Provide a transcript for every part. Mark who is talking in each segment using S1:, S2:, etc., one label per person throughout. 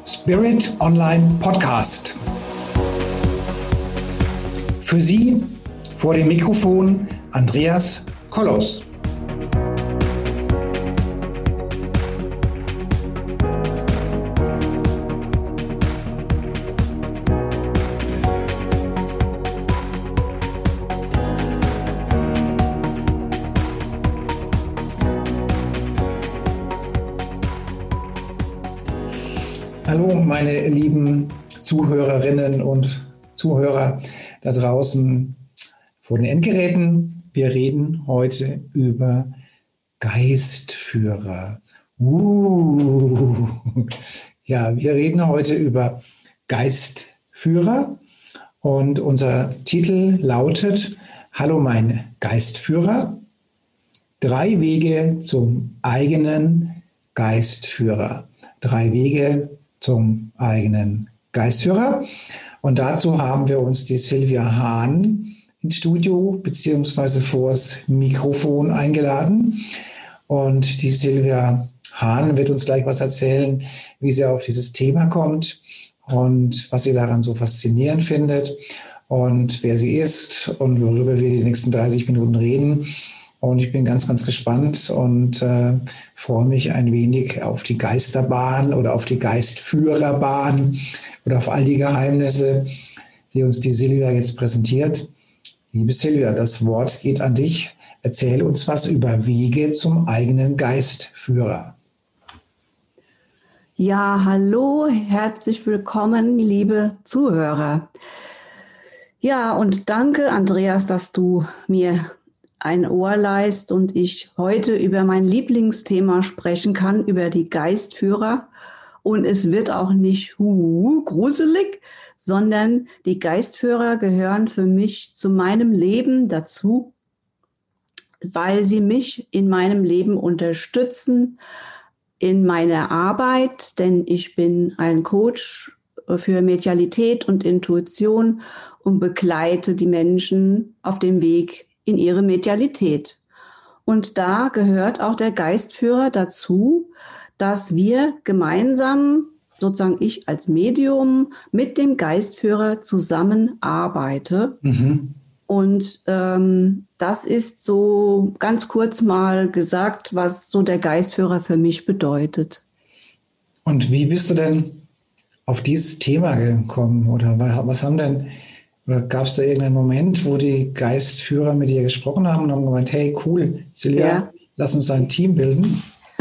S1: Spirit Online Podcast. Für Sie vor dem Mikrofon Andreas Kollos. Hallo, meine lieben Zuhörerinnen und Zuhörer da draußen vor den Endgeräten. Wir reden heute über Geistführer. Ja, wir reden heute über Geistführer und unser Titel lautet: Hallo, mein Geistführer. 3 Wege zum eigenen Geistführer. 3 Wege zum eigenen Geistführer. Und dazu haben wir uns die Silvia Hahn ins Studio bzw. vors Mikrofon eingeladen. Und die Silvia Hahn wird uns gleich was erzählen, wie sie auf dieses Thema kommt und was sie daran so faszinierend findet und wer sie ist und worüber wir die nächsten 30 Minuten reden. Und ich bin ganz, ganz gespannt und freue mich ein wenig auf die Geisterbahn oder auf die Geistführerbahn oder auf all die Geheimnisse, die uns die Silvia jetzt präsentiert. Liebe Silvia, das Wort geht an dich. Erzähl uns was über Wege zum eigenen Geistführer.
S2: Ja, hallo, herzlich willkommen, liebe Zuhörer. Ja, und danke, Andreas, dass du mir ein Ohr leist und ich heute über mein Lieblingsthema sprechen kann, über die Geistführer. Und es wird auch nicht gruselig, sondern die Geistführer gehören für mich zu meinem Leben dazu, weil sie mich in meinem Leben unterstützen, in meiner Arbeit, denn ich bin ein Coach für Medialität und Intuition und begleite die Menschen auf dem Weg in ihre Medialität. Und da gehört auch der Geistführer dazu, dass wir gemeinsam, sozusagen ich als Medium, mit dem Geistführer zusammenarbeite. Und das ist so ganz kurz mal gesagt, was so der Geistführer für mich bedeutet.
S1: Und wie bist du denn auf dieses Thema gekommen? Oder was haben denn, oder gab es da irgendeinen Moment, wo die Geistführer mit dir gesprochen haben und haben gemeint, hey, cool, Silvia, ja, lass uns ein Team bilden?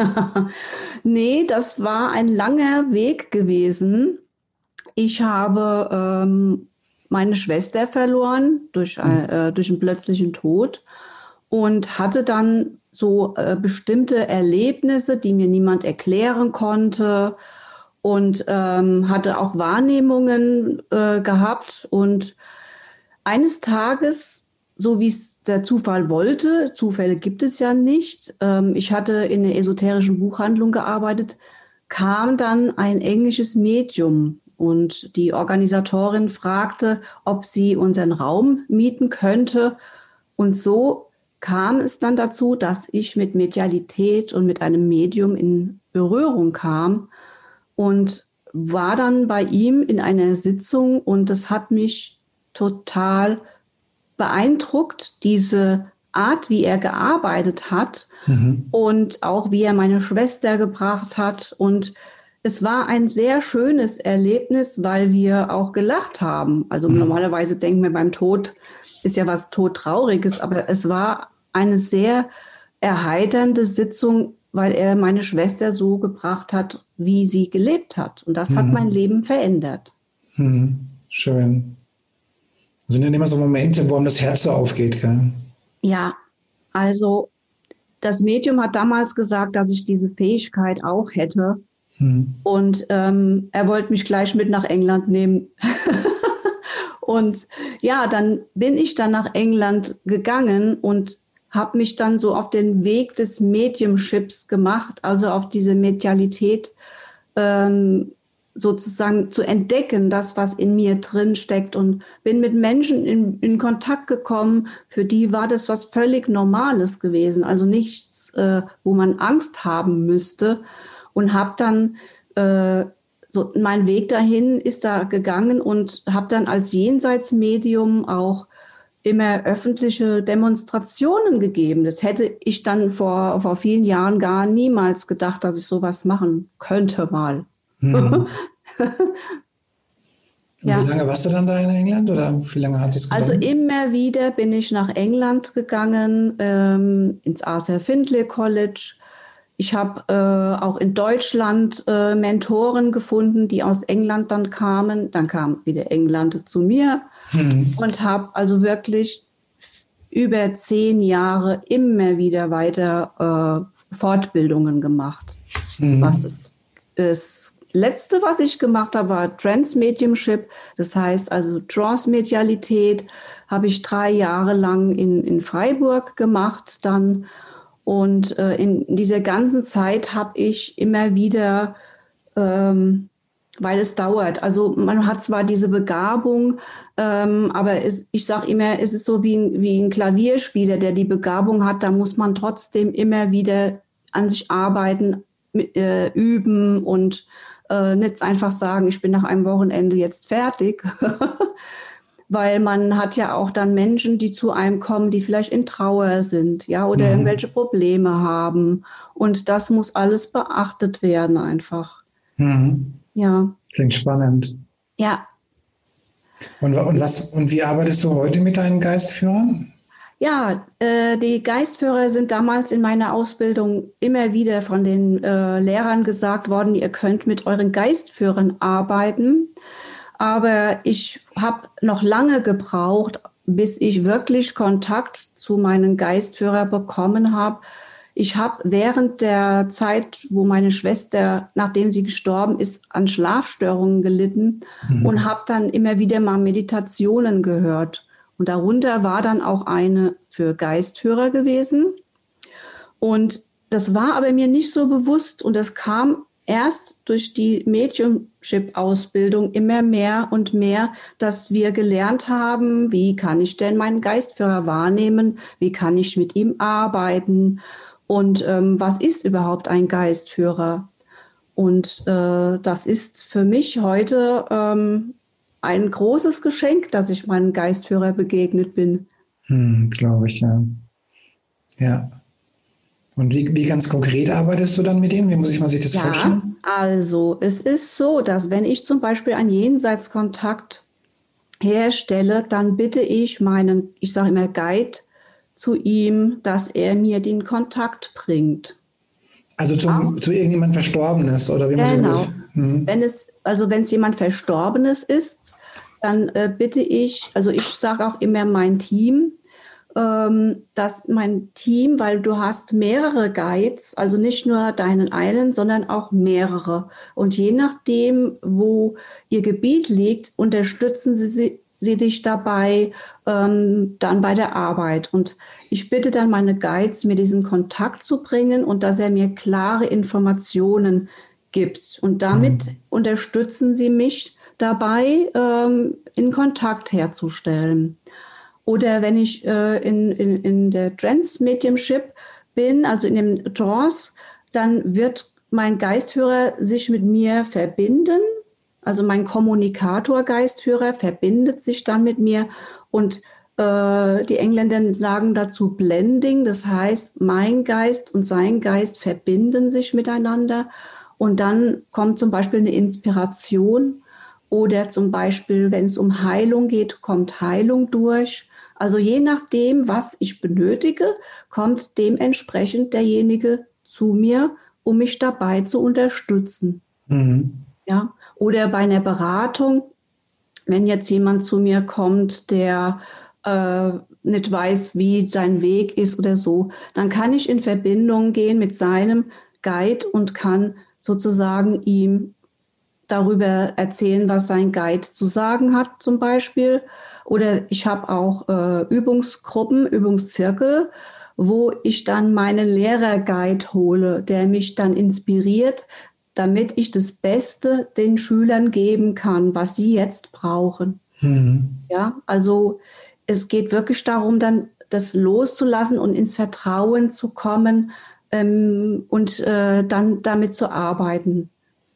S2: Nee, das war ein langer Weg gewesen. Ich habe meine Schwester verloren durch einen plötzlichen Tod und hatte dann so bestimmte Erlebnisse, die mir niemand erklären konnte, und hatte auch Wahrnehmungen gehabt. Und eines Tages, so wie es der Zufall wollte, Zufälle gibt es ja nicht, ich hatte in einer esoterischen Buchhandlung gearbeitet, kam dann ein englisches Medium. Und die Organisatorin fragte, ob sie unseren Raum mieten könnte. Und so kam es dann dazu, dass ich mit Medialität und mit einem Medium in Berührung kam und war dann bei ihm in einer Sitzung. Und das hat mich total beeindruckt, diese Art, wie er gearbeitet hat und auch wie er meine Schwester gebracht hat. Und es war ein sehr schönes Erlebnis, weil wir auch gelacht haben. Also normalerweise denken wir beim Tod ist ja was Todtrauriges, aber es war eine sehr erheiternde Sitzung, weil er meine Schwester so gebracht hat, wie sie gelebt hat. Und das hat mein Leben verändert.
S1: Schön. Das sind dann immer so Momente, wo einem das Herz so aufgeht, gell?
S2: Ja, also das Medium hat damals gesagt, dass ich diese Fähigkeit auch hätte. Und er wollte mich gleich mit nach England nehmen. Und ja, dann bin ich dann nach England gegangen und habe mich dann so auf den Weg des Mediumships gemacht, also auf diese Medialität sozusagen zu entdecken, das, was in mir drin steckt, und bin mit Menschen in Kontakt gekommen, für die war das was völlig Normales gewesen, also nichts, wo man Angst haben müsste, und habe dann so mein Weg dahin ist da gegangen und habe dann als Jenseitsmedium auch immer öffentliche Demonstrationen gegeben. Das hätte ich dann vor vielen Jahren gar niemals gedacht, dass ich sowas machen könnte mal.
S1: Mhm. Und wie
S2: Ja,
S1: lange warst du dann da in England oder wie lange hat es
S2: also
S1: gedauert?
S2: immer wieder bin ich nach England gegangen, ins Arthur Findlay College. Ich habe auch in Deutschland Mentoren gefunden, die aus England dann kamen. Dann kam wieder England zu mir
S1: Mhm.
S2: und habe also wirklich über 10 Jahre immer wieder weiter Fortbildungen gemacht. Was
S1: Mhm.
S2: das Letzte, was ich gemacht habe, war Transmediumship. Das heißt also Transmedialität habe ich 3 Jahre lang in Freiburg gemacht dann. Und in dieser ganzen Zeit habe ich immer wieder, weil es dauert. Also man hat zwar diese Begabung, aber ich sage immer, es ist so wie ein Klavierspieler, der die Begabung hat, da muss man trotzdem immer wieder an sich arbeiten, üben und nicht einfach sagen, ich bin nach einem Wochenende jetzt fertig. Weil man hat ja auch dann Menschen, die zu einem kommen, die vielleicht in Trauer sind, ja, oder
S1: Mhm.
S2: irgendwelche Probleme haben. Und das muss alles beachtet werden einfach.
S1: Mhm.
S2: Ja,
S1: Klingt spannend.
S2: ja,
S1: Und wie arbeitest du heute mit deinen Geistführern?
S2: ja. Die Geistführer sind damals in meiner Ausbildung immer wieder von den Lehrern gesagt worden, ihr könnt mit euren Geistführern arbeiten. Aber ich habe noch lange gebraucht, bis ich wirklich Kontakt zu meinen Geistführer bekommen habe. Ich habe während der Zeit, wo meine Schwester, nachdem sie gestorben ist, an Schlafstörungen gelitten und
S1: Mhm.
S2: habe dann immer wieder mal Meditationen gehört. Und darunter war dann auch eine für Geistführer gewesen. Und das war aber mir nicht so bewusst und das kam erst durch die Mediumship-Ausbildung immer mehr und mehr, dass wir gelernt haben, wie kann ich denn meinen Geistführer wahrnehmen, wie kann ich mit ihm arbeiten und was ist überhaupt ein Geistführer? Und das ist für mich heute ein großes Geschenk, dass ich meinem Geistführer begegnet bin.
S1: Glaube ich, ja. Ja. Und wie ganz konkret arbeitest du dann mit denen? Wie muss ich man sich das
S2: Ja,
S1: vorstellen?
S2: also es ist so, dass wenn ich zum Beispiel einen Jenseitskontakt herstelle, dann bitte ich meinen, ich sage immer Guide zu ihm, dass er mir den Kontakt bringt.
S1: Also
S2: Ja,
S1: zu irgendjemand Verstorbenes oder wie muss ich mir das?
S2: genau.
S1: Mhm.
S2: Wenn es jemand Verstorbenes ist, dann bitte ich, also ich sage auch immer mein Team, dass mein Team, weil du hast mehrere Guides, also nicht nur deinen einen, sondern auch mehrere. Und je nachdem, wo ihr Gebiet liegt, unterstützen sie dich dabei dann bei der Arbeit. Und ich bitte dann meine Guides, mir diesen Kontakt zu bringen und dass er mir klare Informationen gibt. Und damit
S1: Mhm.
S2: unterstützen sie mich dabei, in Kontakt herzustellen. Oder wenn ich in der Trance-Mediumship bin, also in dem Trance, dann wird mein Geistführer sich mit mir verbinden. Also mein Kommunikator-Geistführer verbindet sich dann mit mir und die Engländer sagen dazu Blending. Das heißt, mein Geist und sein Geist verbinden sich miteinander und dann kommt zum Beispiel eine Inspiration oder zum Beispiel, wenn es um Heilung geht, kommt Heilung durch. Also je nachdem, was ich benötige, kommt dementsprechend derjenige zu mir, um mich dabei zu unterstützen.
S1: Mhm.
S2: Ja? Oder bei einer Beratung, wenn jetzt jemand zu mir kommt, der nicht weiß, wie sein Weg ist oder so, dann kann ich in Verbindung gehen mit seinem Guide und kann sozusagen ihm darüber erzählen, was sein Guide zu sagen hat, zum Beispiel. Oder ich habe auch Übungsgruppen, Übungszirkel, wo ich dann meinen Lehrerguide hole, der mich dann inspiriert, damit ich das Beste den Schülern geben kann, was sie jetzt brauchen.
S1: Mhm.
S2: Ja, also es geht wirklich darum, dann das loszulassen und ins Vertrauen zu kommen und dann damit zu arbeiten.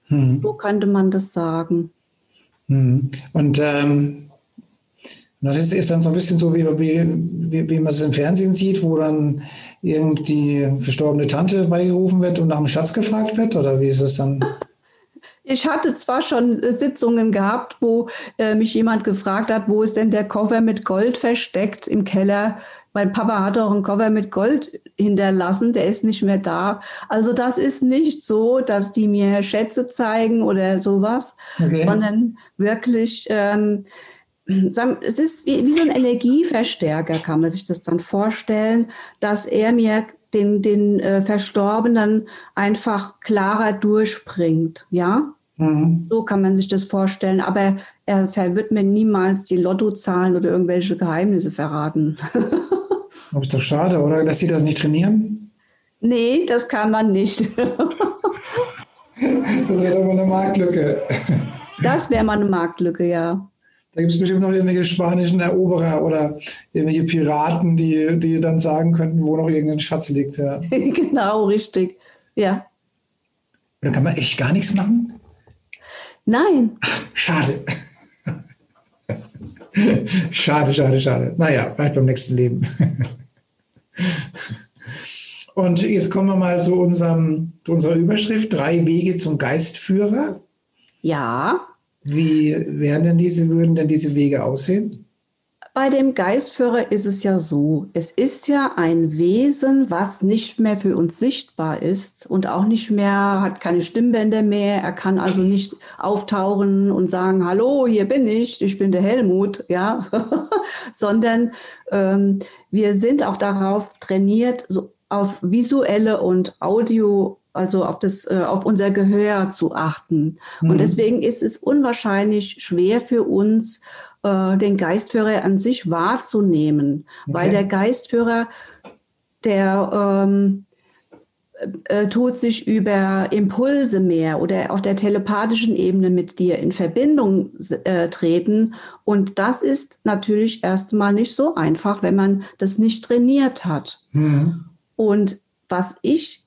S2: So könnte man das sagen.
S1: Und das ist dann so ein bisschen so, wie man es im Fernsehen sieht, wo dann irgendwie verstorbene Tante beigerufen wird und nach dem Schatz gefragt wird? Oder wie ist es dann?
S2: Ich hatte zwar schon Sitzungen gehabt, wo mich jemand gefragt hat, wo ist denn der Koffer mit Gold versteckt im Keller? Mein Papa hat auch einen Koffer mit Gold hinterlassen, der ist nicht mehr da. Also das ist nicht so, dass die mir Schätze zeigen oder sowas,
S1: Okay.
S2: sondern wirklich, es ist wie so ein Energieverstärker, kann man sich das dann vorstellen, dass er mir den Verstorbenen einfach klarer durchbringt, ja?
S1: Mhm.
S2: So kann man sich das vorstellen, aber er wird mir niemals die Lottozahlen oder irgendwelche Geheimnisse verraten.
S1: Aber ist doch schade, oder? Lässt sie das nicht trainieren?
S2: Nee, das kann man nicht.
S1: Das wäre doch mal eine Marktlücke.
S2: Das wäre mal eine Marktlücke, ja.
S1: Da gibt es bestimmt noch irgendwelche spanischen Eroberer oder irgendwelche Piraten, die dann sagen könnten, wo noch irgendein Schatz liegt. Ja.
S2: Genau, richtig. Ja.
S1: Und dann kann man echt gar nichts machen?
S2: Nein,
S1: Schade. Schade, schade, schade. Naja, vielleicht beim nächsten Leben. Und jetzt kommen wir mal zu zu unserer Überschrift: 3 Wege zum Geistführer.
S2: ja.
S1: Würden denn diese Wege aussehen?
S2: Bei dem Geistführer ist es ja so, es ist ja ein Wesen, was nicht mehr für uns sichtbar ist und auch nicht mehr, hat keine Stimmbänder mehr. Er kann also nicht auftauchen und sagen, hallo, hier bin ich bin der Helmut, ja, sondern wir sind auch darauf trainiert, so auf visuelle und Audio, also auf unser Gehör zu achten. Und deswegen ist es unwahrscheinlich schwer für uns, den Geistführer an sich wahrzunehmen, weil der Geistführer, der tut sich über Impulse mehr oder auf der telepathischen Ebene mit dir in Verbindung treten. Und das ist natürlich erstmal nicht so einfach, wenn man das nicht trainiert hat. Und was ich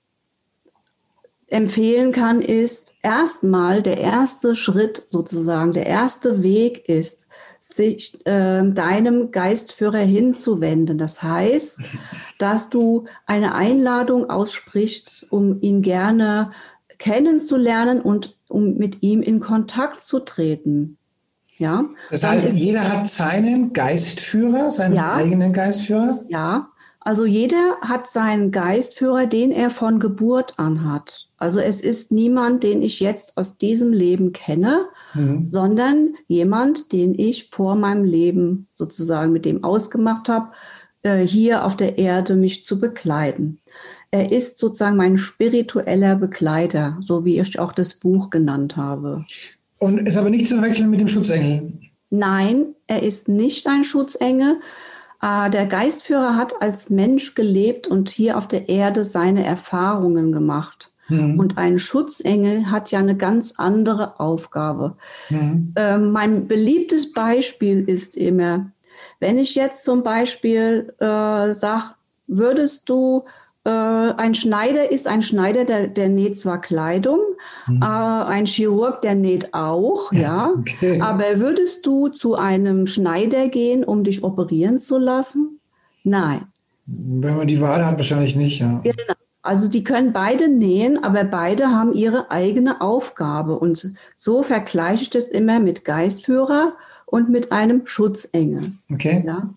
S2: empfehlen kann, ist erstmal der erste Schritt sozusagen, der erste Weg ist, sich deinem Geistführer hinzuwenden. Das heißt, dass du eine Einladung aussprichst, um ihn gerne kennenzulernen und um mit ihm in Kontakt zu treten. Ja.
S1: Das heißt, jeder hat seinen Geistführer, seinen eigenen Geistführer?
S2: Ja. Also jeder hat seinen Geistführer, den er von Geburt an hat. Also es ist niemand, den ich jetzt aus diesem Leben kenne, sondern jemand, den ich vor meinem Leben sozusagen mit dem ausgemacht habe, hier auf der Erde mich zu begleiten. Er ist sozusagen mein spiritueller Begleiter, so wie ich auch das Buch genannt habe.
S1: Und ist aber nicht zu verwechseln mit dem Schutzengel?
S2: Nein, er ist nicht ein Schutzengel. Der Geistführer hat als Mensch gelebt und hier auf der Erde seine Erfahrungen gemacht. Und ein Schutzengel hat ja eine ganz andere Aufgabe. Mein beliebtes Beispiel ist immer, wenn ich jetzt zum Beispiel sage, würdest du, ein Schneider ist ein Schneider, der näht zwar Kleidung, ein Chirurg, der näht auch, ja.
S1: Okay.
S2: Aber würdest du zu einem Schneider gehen, um dich operieren zu lassen? Nein.
S1: Wenn man die Wahl hat, wahrscheinlich nicht, ja.
S2: Genau. Also die können beide nähen, aber beide haben ihre eigene Aufgabe. Und so vergleiche ich das immer mit Geistführer und mit einem Schutzengel.
S1: Okay.
S2: Ja.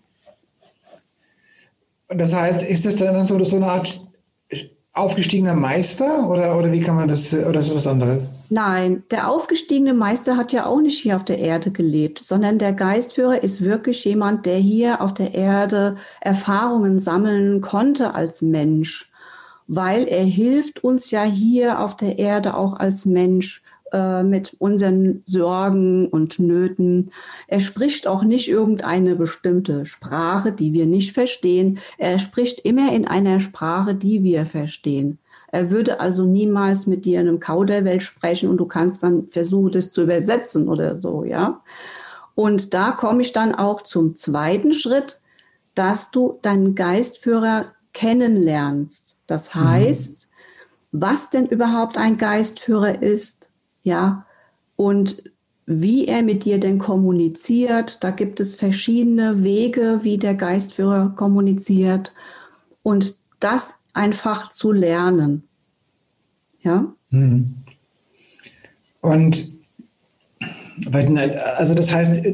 S1: Das heißt, ist das dann so eine Art aufgestiegener Meister oder wie kann man das, oder ist das was anderes?
S2: Nein, der aufgestiegene Meister hat ja auch nicht hier auf der Erde gelebt, sondern der Geistführer ist wirklich jemand, der hier auf der Erde Erfahrungen sammeln konnte als Mensch, weil er hilft uns ja hier auf der Erde auch als Mensch mit unseren Sorgen und Nöten. Er spricht auch nicht irgendeine bestimmte Sprache, die wir nicht verstehen. Er spricht immer in einer Sprache, die wir verstehen. Er würde also niemals mit dir in einem Kauderwelsch sprechen und du kannst dann versuchen, das zu übersetzen oder so, ja. Und da komme ich dann auch zum zweiten Schritt, dass du deinen Geistführer kennenlernst. Das heißt, was denn überhaupt ein Geistführer ist, ja, und wie er mit dir denn kommuniziert. Da gibt es verschiedene Wege, wie der Geistführer kommuniziert und das einfach zu lernen. Ja.
S1: Und also das heißt,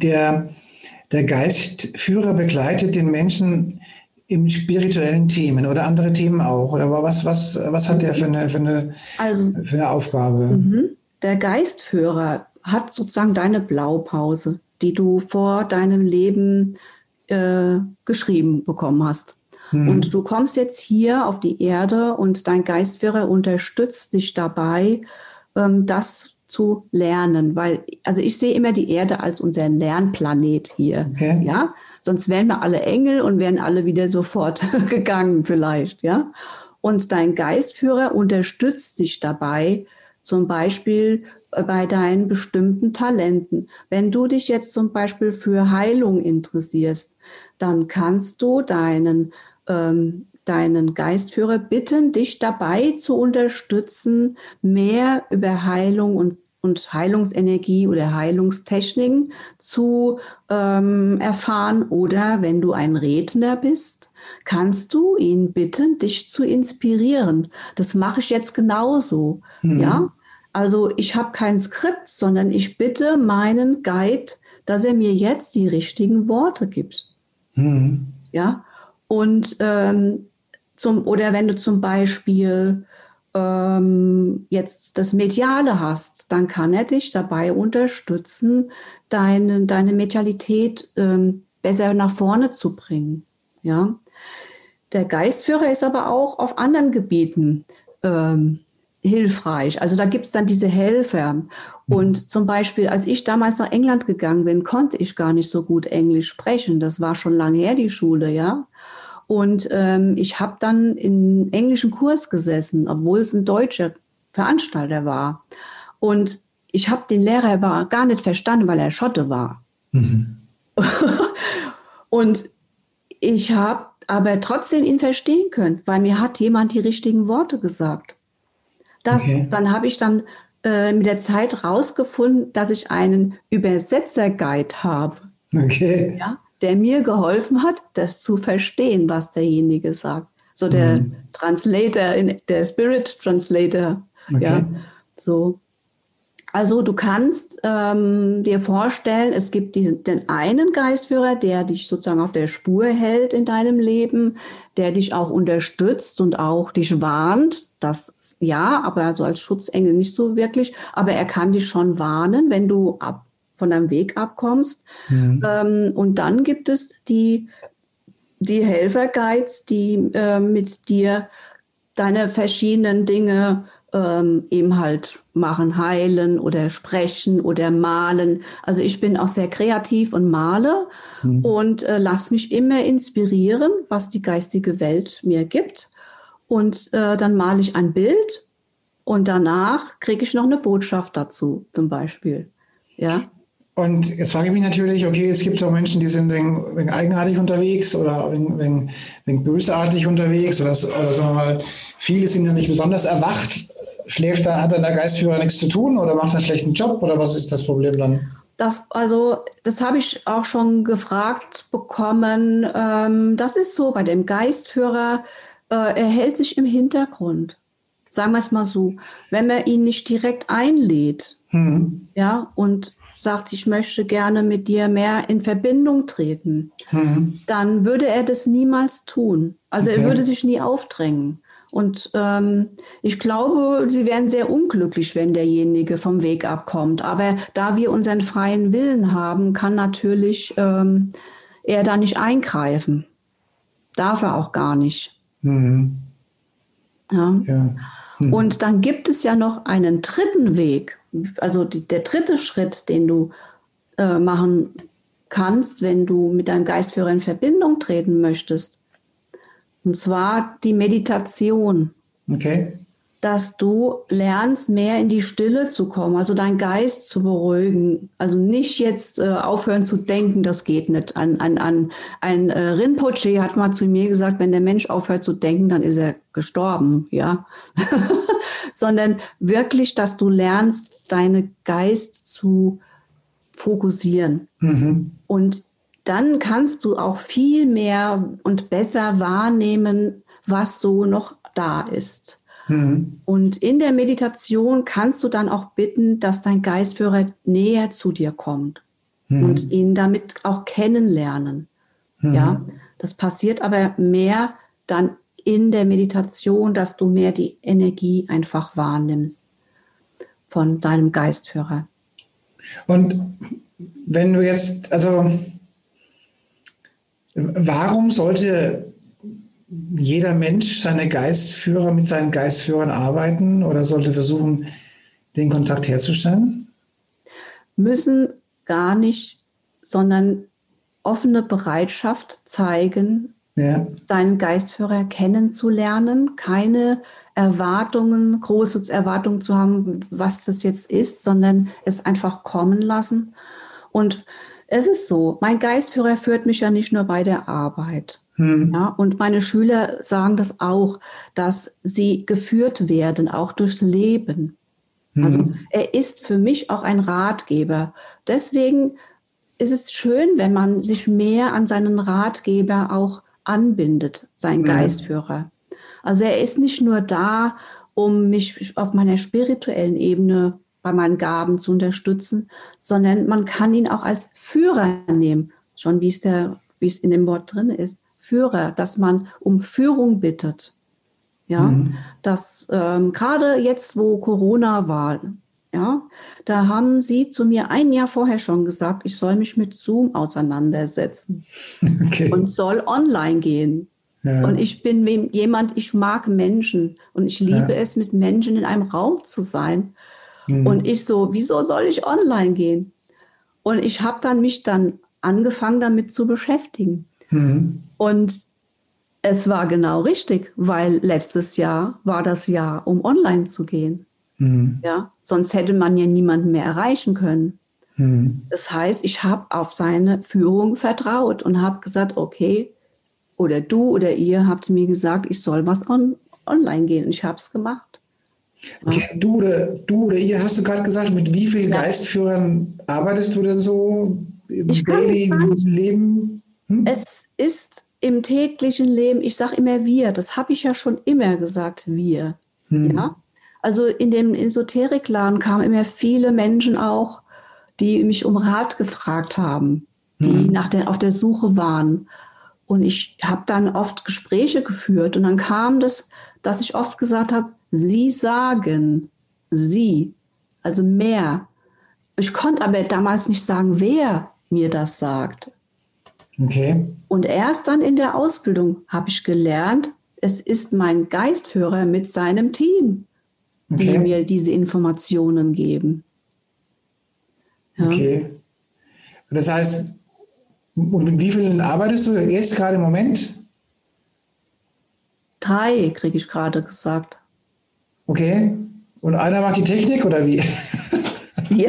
S1: der Geistführer begleitet den Menschen im spirituellen Themen oder andere Themen auch? Oder was hat der für eine Aufgabe?
S2: Der Geistführer hat sozusagen deine Blaupause, die du vor deinem Leben geschrieben bekommen hast. Und du kommst jetzt hier auf die Erde und dein Geistführer unterstützt dich dabei, das zu lernen. Also ich sehe immer die Erde als unser Lernplanet hier.
S1: Okay.
S2: Ja? Sonst wären wir alle Engel und wären alle wieder sofort gegangen vielleicht. Ja? Und dein Geistführer unterstützt dich dabei, zum Beispiel bei deinen bestimmten Talenten. Wenn du dich jetzt zum Beispiel für Heilung interessierst, dann kannst du deinen Geistführer bitten, dich dabei zu unterstützen, mehr über Heilung und Heilungsenergie oder Heilungstechniken zu erfahren. Oder wenn du ein Redner bist, kannst du ihn bitten, dich zu inspirieren. Das mache ich jetzt genauso. Ja? Also ich habe kein Skript, sondern ich bitte meinen Guide, dass er mir jetzt die richtigen Worte gibt. Ja? Und oder wenn du zum Beispiel jetzt das Mediale hast, dann kann er dich dabei unterstützen, deine Medialität besser nach vorne zu bringen. Ja? Der Geistführer ist aber auch auf anderen Gebieten hilfreich. Also da gibt es dann diese Helfer. Und zum Beispiel, als ich damals nach England gegangen bin, konnte ich gar nicht so gut Englisch sprechen. Das war schon lange her, die Schule, ja. Und ich habe dann in englischen Kurs gesessen, obwohl es ein deutscher Veranstalter war. Und ich habe den Lehrer aber gar nicht verstanden, weil er Schotte war. Und ich habe aber trotzdem ihn verstehen können, weil mir hat jemand die richtigen Worte gesagt. Dann habe ich dann mit der Zeit rausgefunden, dass ich einen Übersetzer-Guide habe.
S1: Okay.
S2: Ja, der mir geholfen hat, das zu verstehen, was derjenige sagt. So der Translator, der Spirit Translator.
S1: Okay.
S2: Ja, so. Also du kannst dir vorstellen, es gibt den einen Geistführer, der dich sozusagen auf der Spur hält in deinem Leben, der dich auch unterstützt und auch dich warnt. Das ja, aber so als Schutzengel nicht so wirklich. Aber er kann dich schon warnen, wenn du von deinem Weg abkommst. Und dann gibt es die Helferguides, die mit dir deine verschiedenen Dinge eben halt machen, heilen oder sprechen oder malen. Also ich bin auch sehr kreativ und male und lass mich immer inspirieren, was die geistige Welt mir gibt. Und dann male ich ein Bild und danach kriege ich noch eine Botschaft dazu, zum Beispiel. Ja.
S1: Und jetzt frage ich mich natürlich, okay, es gibt auch Menschen, die sind wegen eigenartig unterwegs oder wegen bösartig unterwegs oder sagen wir mal, viele sind ja nicht besonders erwacht. Hat dann der Geistführer nichts zu tun oder macht einen schlechten Job oder was ist das Problem dann?
S2: Das habe ich auch schon gefragt bekommen. Das ist so bei dem Geistführer, er hält sich im Hintergrund. Sagen wir es mal so, wenn man ihn nicht direkt einlädt, ja, und sagt, ich möchte gerne mit dir mehr in Verbindung treten, dann würde er das niemals tun. Also er würde sich nie aufdrängen. Und ich glaube, sie wären sehr unglücklich, wenn derjenige vom Weg abkommt. Aber da wir unseren freien Willen haben, kann natürlich er da nicht eingreifen. Darf er auch gar nicht. Ja. Und dann gibt es ja noch einen dritten Weg. Also der dritte Schritt, den du machen kannst, wenn du mit deinem Geistführer in Verbindung treten möchtest. Und zwar die Meditation.
S1: Okay.
S2: dass du lernst, mehr in die Stille zu kommen, also deinen Geist zu beruhigen. Also nicht jetzt aufhören zu denken, das geht nicht. Ein Rinpoche hat mal zu mir gesagt, wenn der Mensch aufhört zu denken, dann ist er gestorben, ja. Sondern wirklich, dass du lernst, deinen Geist zu fokussieren. Und dann kannst du auch viel mehr und besser wahrnehmen, was so noch da ist. Und in der Meditation kannst du dann auch bitten, dass dein Geistführer näher zu dir kommt und ihn damit auch kennenlernen. Ja, das passiert aber mehr dann in der Meditation, dass du mehr die Energie einfach wahrnimmst von deinem Geistführer.
S1: Und wenn du jetzt, also warum sollte jeder Mensch mit seinen Geistführern arbeiten oder sollte versuchen, den Kontakt herzustellen?
S2: Müssen gar nicht, sondern offene Bereitschaft zeigen, deinen Geistführer kennenzulernen, keine Erwartungen, große Erwartungen zu haben, was das jetzt ist, sondern es einfach kommen lassen. Und es ist so, mein Geistführer führt mich ja nicht nur bei der Arbeit. Ja, und meine Schüler sagen das auch, dass sie geführt werden, auch durchs Leben. Also er ist für mich auch ein Ratgeber. Deswegen ist es schön, wenn man sich mehr an seinen Ratgeber auch anbindet, seinen Geistführer. Also er ist nicht nur da, um mich auf meiner spirituellen Ebene bei meinen Gaben zu unterstützen, sondern man kann ihn auch als Führer nehmen, schon wie es in dem Wort drin ist. Führer, dass man um Führung bittet. Ja, dass gerade jetzt, wo Corona war, ja, da haben sie zu mir ein Jahr vorher schon gesagt, ich soll mich mit Zoom auseinandersetzen und soll online gehen. Ja. Und ich bin ich mag Menschen und ich liebe es, mit Menschen in einem Raum zu sein. Und ich so, wieso soll ich online gehen? Und ich habe mich dann angefangen, damit zu beschäftigen. Und es war genau richtig, weil letztes Jahr war das Jahr, um online zu gehen. Ja, sonst hätte man ja niemanden mehr erreichen können. Das heißt, ich habe auf seine Führung vertraut und habe gesagt, okay, oder du oder ihr habt mir gesagt, ich soll was online gehen. Und ich habe es gemacht.
S1: Okay, ja. Du oder ihr, hast du gerade gesagt, mit wie vielen Geistführern arbeitest du denn so im daily Leben?
S2: Es ist im täglichen Leben, ich sage immer wir, das habe ich ja schon immer gesagt, wir. Ja? Also in dem Esoterikladen kamen immer viele Menschen auch, die mich um Rat gefragt haben, die auf der Suche waren. Und ich habe dann oft Gespräche geführt und dann kam das, dass ich oft gesagt habe, Sie sagen, Sie, also mehr. Ich konnte aber damals nicht sagen, wer mir das sagt.
S1: Okay.
S2: Und erst dann in der Ausbildung habe ich gelernt, es ist mein Geistführer mit seinem Team, die mir diese Informationen geben.
S1: Ja. Okay. Das heißt, und mit wie vielen arbeitest du jetzt gerade im Moment?
S2: 3, kriege ich gerade gesagt.
S1: Okay. Und einer macht die Technik oder wie?
S2: Ja.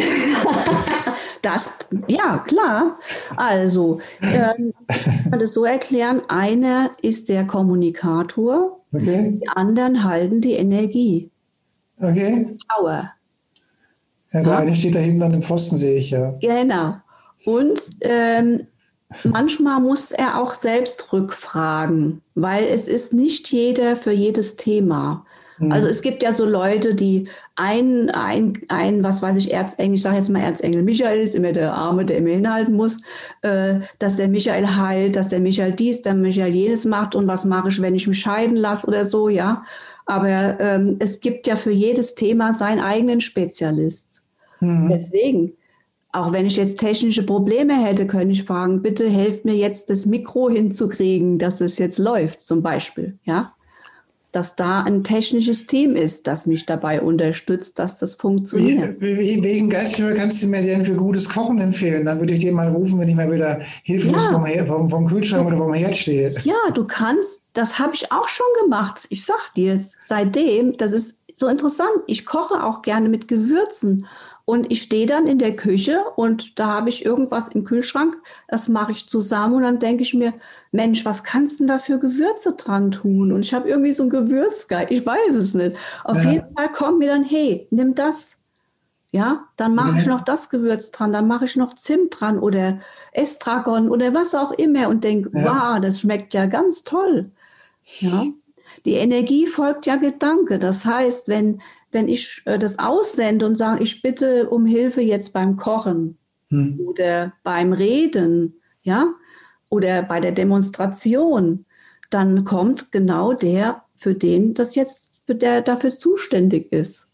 S2: Ja, klar. Also, ich kann das so erklären, einer ist der Kommunikator, die anderen halten die Energie.
S1: Okay.
S2: Power.
S1: Ja, der eine steht da hinten an dem Pfosten, sehe ich ja.
S2: Genau. Und manchmal muss er auch selbst rückfragen, weil es ist nicht jeder für jedes Thema. Also es gibt ja so Leute, die was weiß ich, Erzengel, ich sage jetzt mal Erzengel Michael ist immer der Arme, der immer hinhalten muss, dass der Michael heilt, dass der Michael dies, der Michael jenes macht und was mache ich, wenn ich mich scheiden lasse oder so, ja. Aber es gibt ja für jedes Thema seinen eigenen Spezialist. Deswegen, auch wenn ich jetzt technische Probleme hätte, könnte ich fragen, bitte helft mir jetzt das Mikro hinzukriegen, dass es jetzt läuft, zum Beispiel, ja. Dass da ein technisches Team ist, das mich dabei unterstützt, dass das funktioniert.
S1: Wegen Geistführer kannst du mir denn für gutes Kochen empfehlen? Dann würde ich dir mal rufen, wenn ich mal wieder hilflos vom Kühlschrank oder vom Herd stehe.
S2: Ja, du kannst, das habe ich auch schon gemacht. Ich sag dir, seitdem, so interessant. Ich koche auch gerne mit Gewürzen. Und ich stehe dann in der Küche und da habe ich irgendwas im Kühlschrank. Das mache ich zusammen und dann denke ich mir, Mensch, was kannst du denn da für Gewürze dran tun? Und ich habe irgendwie so ein Gewürzguide. Ich weiß es nicht. Auf jeden Fall kommt mir dann, hey, nimm das. Ja, dann mache ich noch das Gewürz dran, dann mache ich noch Zimt dran oder Estragon oder was auch immer und denke, wow, das schmeckt ja ganz toll. Ja, die Energie folgt ja Gedanke. Das heißt, wenn ich das aussende und sage, ich bitte um Hilfe jetzt beim Kochen oder beim Reden, ja, oder bei der Demonstration, dann kommt genau der, für den das jetzt, der dafür zuständig ist.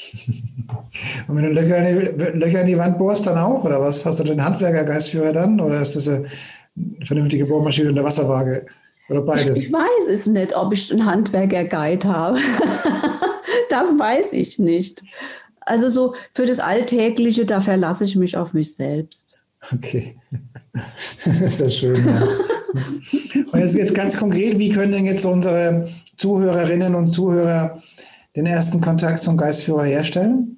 S1: Und wenn du Löcher in die Wand bohrst, dann auch? Oder was? Hast du den Handwerker-Geistführer dann? Oder ist das eine vernünftige Bohrmaschine und eine Wasserwaage? Oder beides?
S2: Ich weiß es nicht, ob ich einen Handwerker-Guide habe. Das weiß ich nicht. Also so für das Alltägliche, da verlasse ich mich auf mich selbst.
S1: Okay. Das ist ja schön. Ja. Und jetzt ganz konkret, wie können denn jetzt unsere Zuhörerinnen und Zuhörer den ersten Kontakt zum Geistführer herstellen?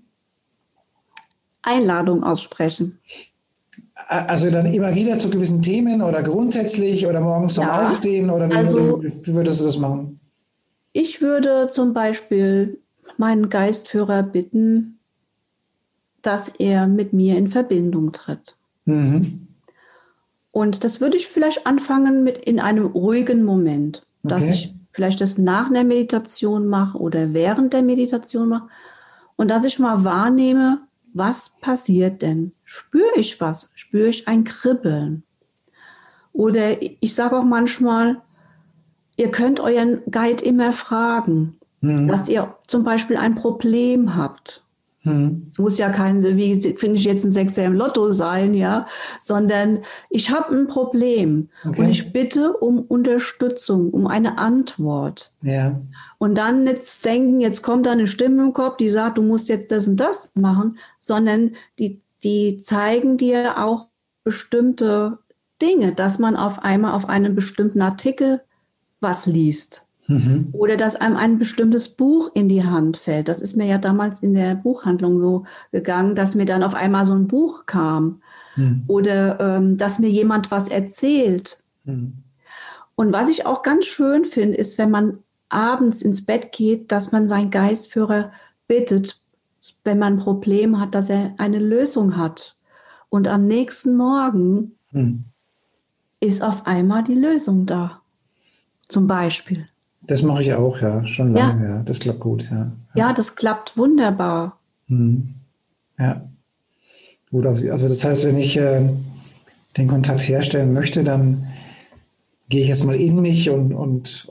S2: Einladung aussprechen.
S1: Also dann immer wieder zu gewissen Themen oder grundsätzlich oder morgens zum Aufstehen oder wie würdest du das machen?
S2: Ich würde zum Beispiel meinen Geistführer bitten, dass er mit mir in Verbindung tritt. Mhm. Und das würde ich vielleicht anfangen mit in einem ruhigen Moment, dass ich vielleicht das nach der Meditation mache oder während der Meditation mache und dass ich mal wahrnehme, was passiert denn? Spüre ich was? Spüre ich ein Kribbeln? Oder ich sage auch manchmal, ihr könnt euren Guide immer fragen, dass ihr zum Beispiel ein Problem habt. Es muss ja kein, wie finde ich jetzt ein Sechser im Lotto sein, ja, sondern ich habe ein Problem und ich bitte um Unterstützung, um eine Antwort. Ja. Und dann nicht denken, jetzt kommt da eine Stimme im Kopf, die sagt, du musst jetzt das und das machen, sondern die zeigen dir auch bestimmte Dinge, dass man auf einmal auf einen bestimmten Artikel was liest. Oder dass einem ein bestimmtes Buch in die Hand fällt. Das ist mir ja damals in der Buchhandlung so gegangen, dass mir dann auf einmal so ein Buch kam. Oder dass mir jemand was erzählt. Und was ich auch ganz schön finde, ist, wenn man abends ins Bett geht, dass man seinen Geistführer bittet, wenn man ein Problem hat, dass er eine Lösung hat. Und am nächsten Morgen ist auf einmal die Lösung da. Zum Beispiel.
S1: Das mache ich auch, ja, schon lange, ja. Das klappt gut, ja.
S2: Ja, das klappt wunderbar.
S1: Ja. Gut, also das heißt, wenn ich den Kontakt herstellen möchte, dann gehe ich erstmal in mich und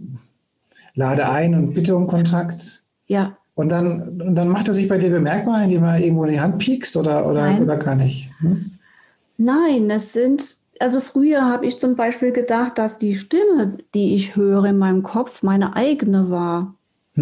S1: lade ein und bitte um Kontakt.
S2: Ja.
S1: Und dann macht er sich bei dir bemerkbar, indem er irgendwo in die Hand piekst oder gar nicht?
S2: Nein, also früher habe ich zum Beispiel gedacht, dass die Stimme, die ich höre in meinem Kopf, meine eigene war.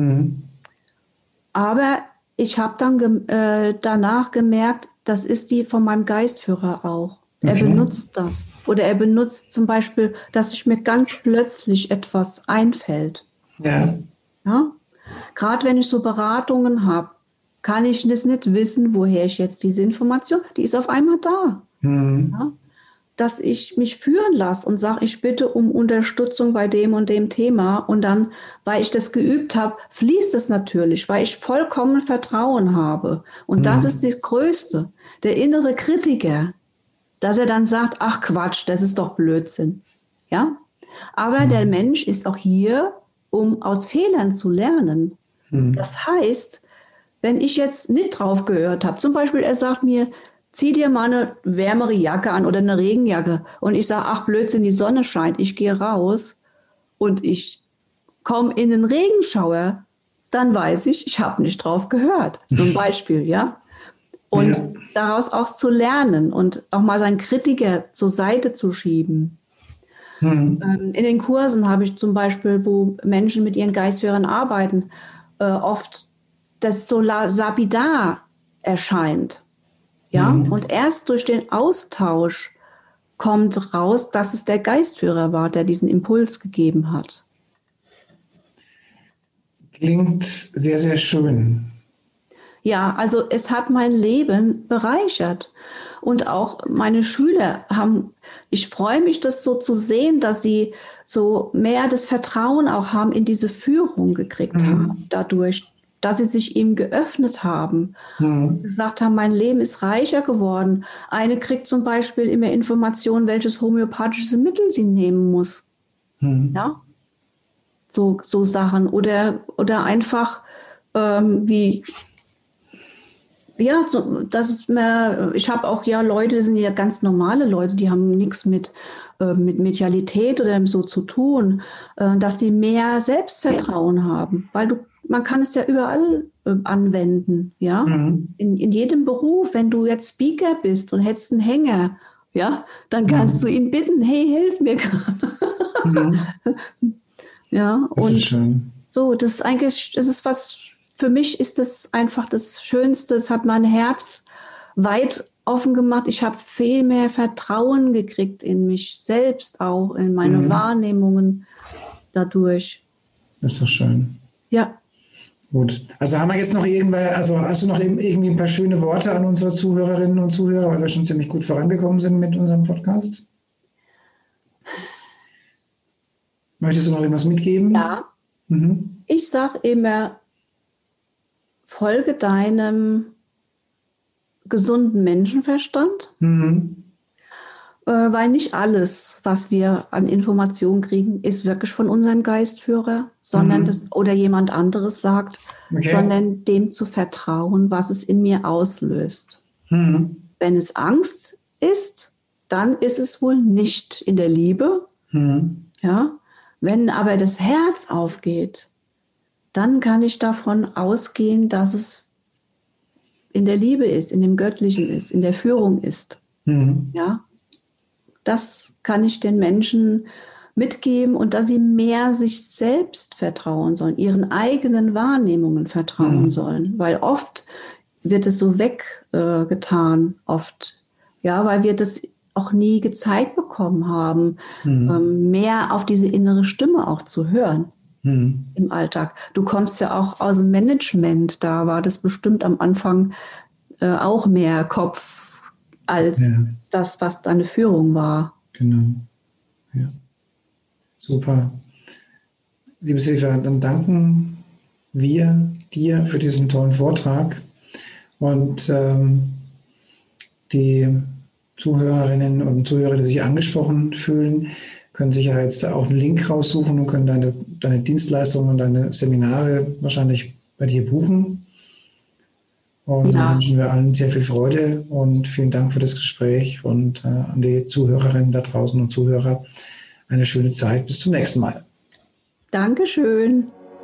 S2: Aber ich habe dann danach gemerkt, das ist die von meinem Geistführer auch. Er benutzt das. Oder er benutzt zum Beispiel, dass sich mir ganz plötzlich etwas einfällt. Ja. Gerade wenn ich so Beratungen habe, kann ich das nicht wissen, woher ich jetzt diese Information, die ist auf einmal da. Ja? Dass ich mich führen lasse und sage, ich bitte um Unterstützung bei dem und dem Thema. Und dann, weil ich das geübt habe, fließt es natürlich, weil ich vollkommen Vertrauen habe. Und das ist das Größte. Der innere Kritiker, dass er dann sagt, ach Quatsch, das ist doch Blödsinn. Ja? Aber der Mensch ist auch hier, um aus Fehlern zu lernen. Das heißt, wenn ich jetzt nicht drauf gehört habe, zum Beispiel er sagt mir, zieh dir mal eine wärmere Jacke an oder eine Regenjacke. Und ich sage, ach Blödsinn, die Sonne scheint. Ich gehe raus und ich komme in den Regenschauer. Dann weiß ich habe nicht drauf gehört. Zum Beispiel, ja. Und daraus auch zu lernen und auch mal seinen Kritiker zur Seite zu schieben. In den Kursen habe ich zum Beispiel, wo Menschen mit ihren Geistführern arbeiten, oft das so lapidar erscheint. Ja, und erst durch den Austausch kommt raus, dass es der Geistführer war, der diesen Impuls gegeben hat.
S1: Klingt sehr, sehr schön.
S2: Ja, also es hat mein Leben bereichert. Und auch meine Schüler ich freue mich, das so zu sehen, dass sie so mehr das Vertrauen auch haben in diese Führung gekriegt haben, dadurch, dass sie sich ihm geöffnet haben, gesagt haben, mein Leben ist reicher geworden. Eine kriegt zum Beispiel immer Informationen, welches homöopathische Mittel sie nehmen muss. Ja, so Sachen. Oder einfach wie... Ja, ich habe auch Leute, das sind ja ganz normale Leute, die haben nichts mit Medialität oder so zu tun, dass sie mehr Selbstvertrauen haben, weil man kann es ja überall anwenden, ja, in jedem Beruf. Wenn du jetzt Speaker bist und hättest einen Hänger, ja, dann kannst du ihn bitten, hey, hilf mir gerade. Ja,
S1: Das ist
S2: und
S1: schön.
S2: so, das ist was. Für mich ist das einfach das Schönste. Es hat mein Herz weit offen gemacht. Ich habe viel mehr Vertrauen gekriegt in mich selbst auch, in meine Wahrnehmungen dadurch.
S1: Das ist doch schön.
S2: Ja.
S1: Gut. Also haben wir jetzt noch hast du noch irgendwie ein paar schöne Worte an unsere Zuhörerinnen und Zuhörer, weil wir schon ziemlich gut vorangekommen sind mit unserem Podcast? Möchtest du noch irgendwas mitgeben?
S2: Ja. Ich sage immer, folge deinem gesunden Menschenverstand, weil nicht alles, was wir an Informationen kriegen, ist wirklich von unserem Geistführer, sondern oder jemand anderes sagt, sondern dem zu vertrauen, was es in mir auslöst. Wenn es Angst ist, dann ist es wohl nicht in der Liebe. Ja? Wenn aber das Herz aufgeht, dann kann ich davon ausgehen, dass es in der Liebe ist, in dem Göttlichen ist, in der Führung ist. Ja, das kann ich den Menschen mitgeben und dass sie mehr sich selbst vertrauen sollen, ihren eigenen Wahrnehmungen vertrauen sollen, weil oft wird es so weggetan, weil wir das auch nie gezeigt bekommen haben, mehr auf diese innere Stimme auch zu hören. Im Alltag. Du kommst ja auch aus dem Management, da war das bestimmt am Anfang auch mehr Kopf als das, was deine Führung war.
S1: Genau. Ja. Super. Liebe Silvia, dann danken wir dir für diesen tollen Vortrag und die Zuhörerinnen und Zuhörer, die sich angesprochen fühlen, können sich ja jetzt auch einen Link raussuchen und können deine Dienstleistungen und deine Seminare wahrscheinlich bei dir buchen. Und dann wünschen wir allen sehr viel Freude und vielen Dank für das Gespräch und an die Zuhörerinnen da draußen und Zuhörer eine schöne Zeit. Bis zum nächsten Mal.
S2: Dankeschön.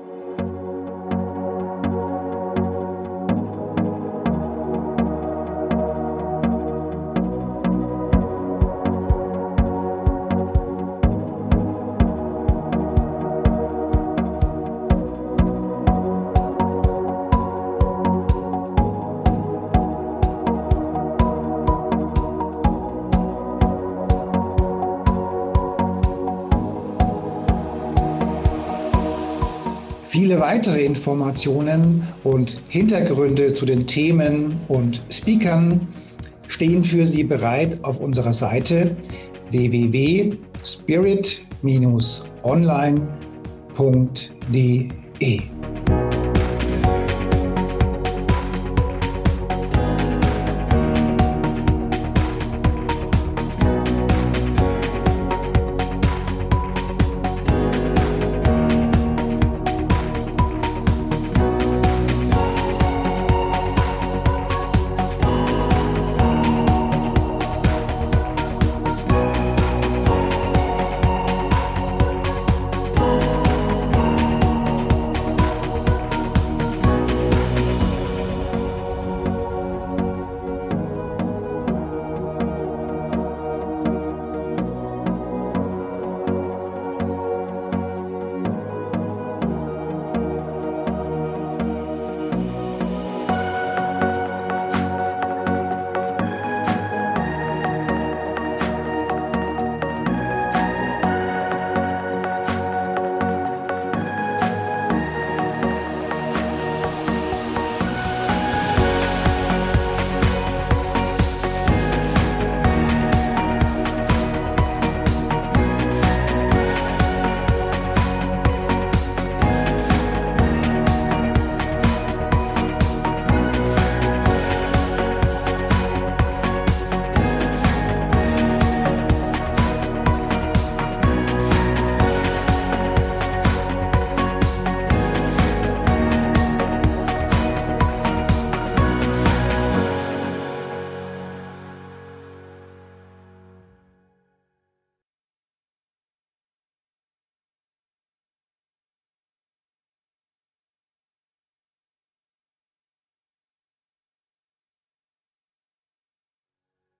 S1: Viele weitere Informationen und Hintergründe zu den Themen und Speakern stehen für Sie bereit auf unserer Seite www.spirit-online.de.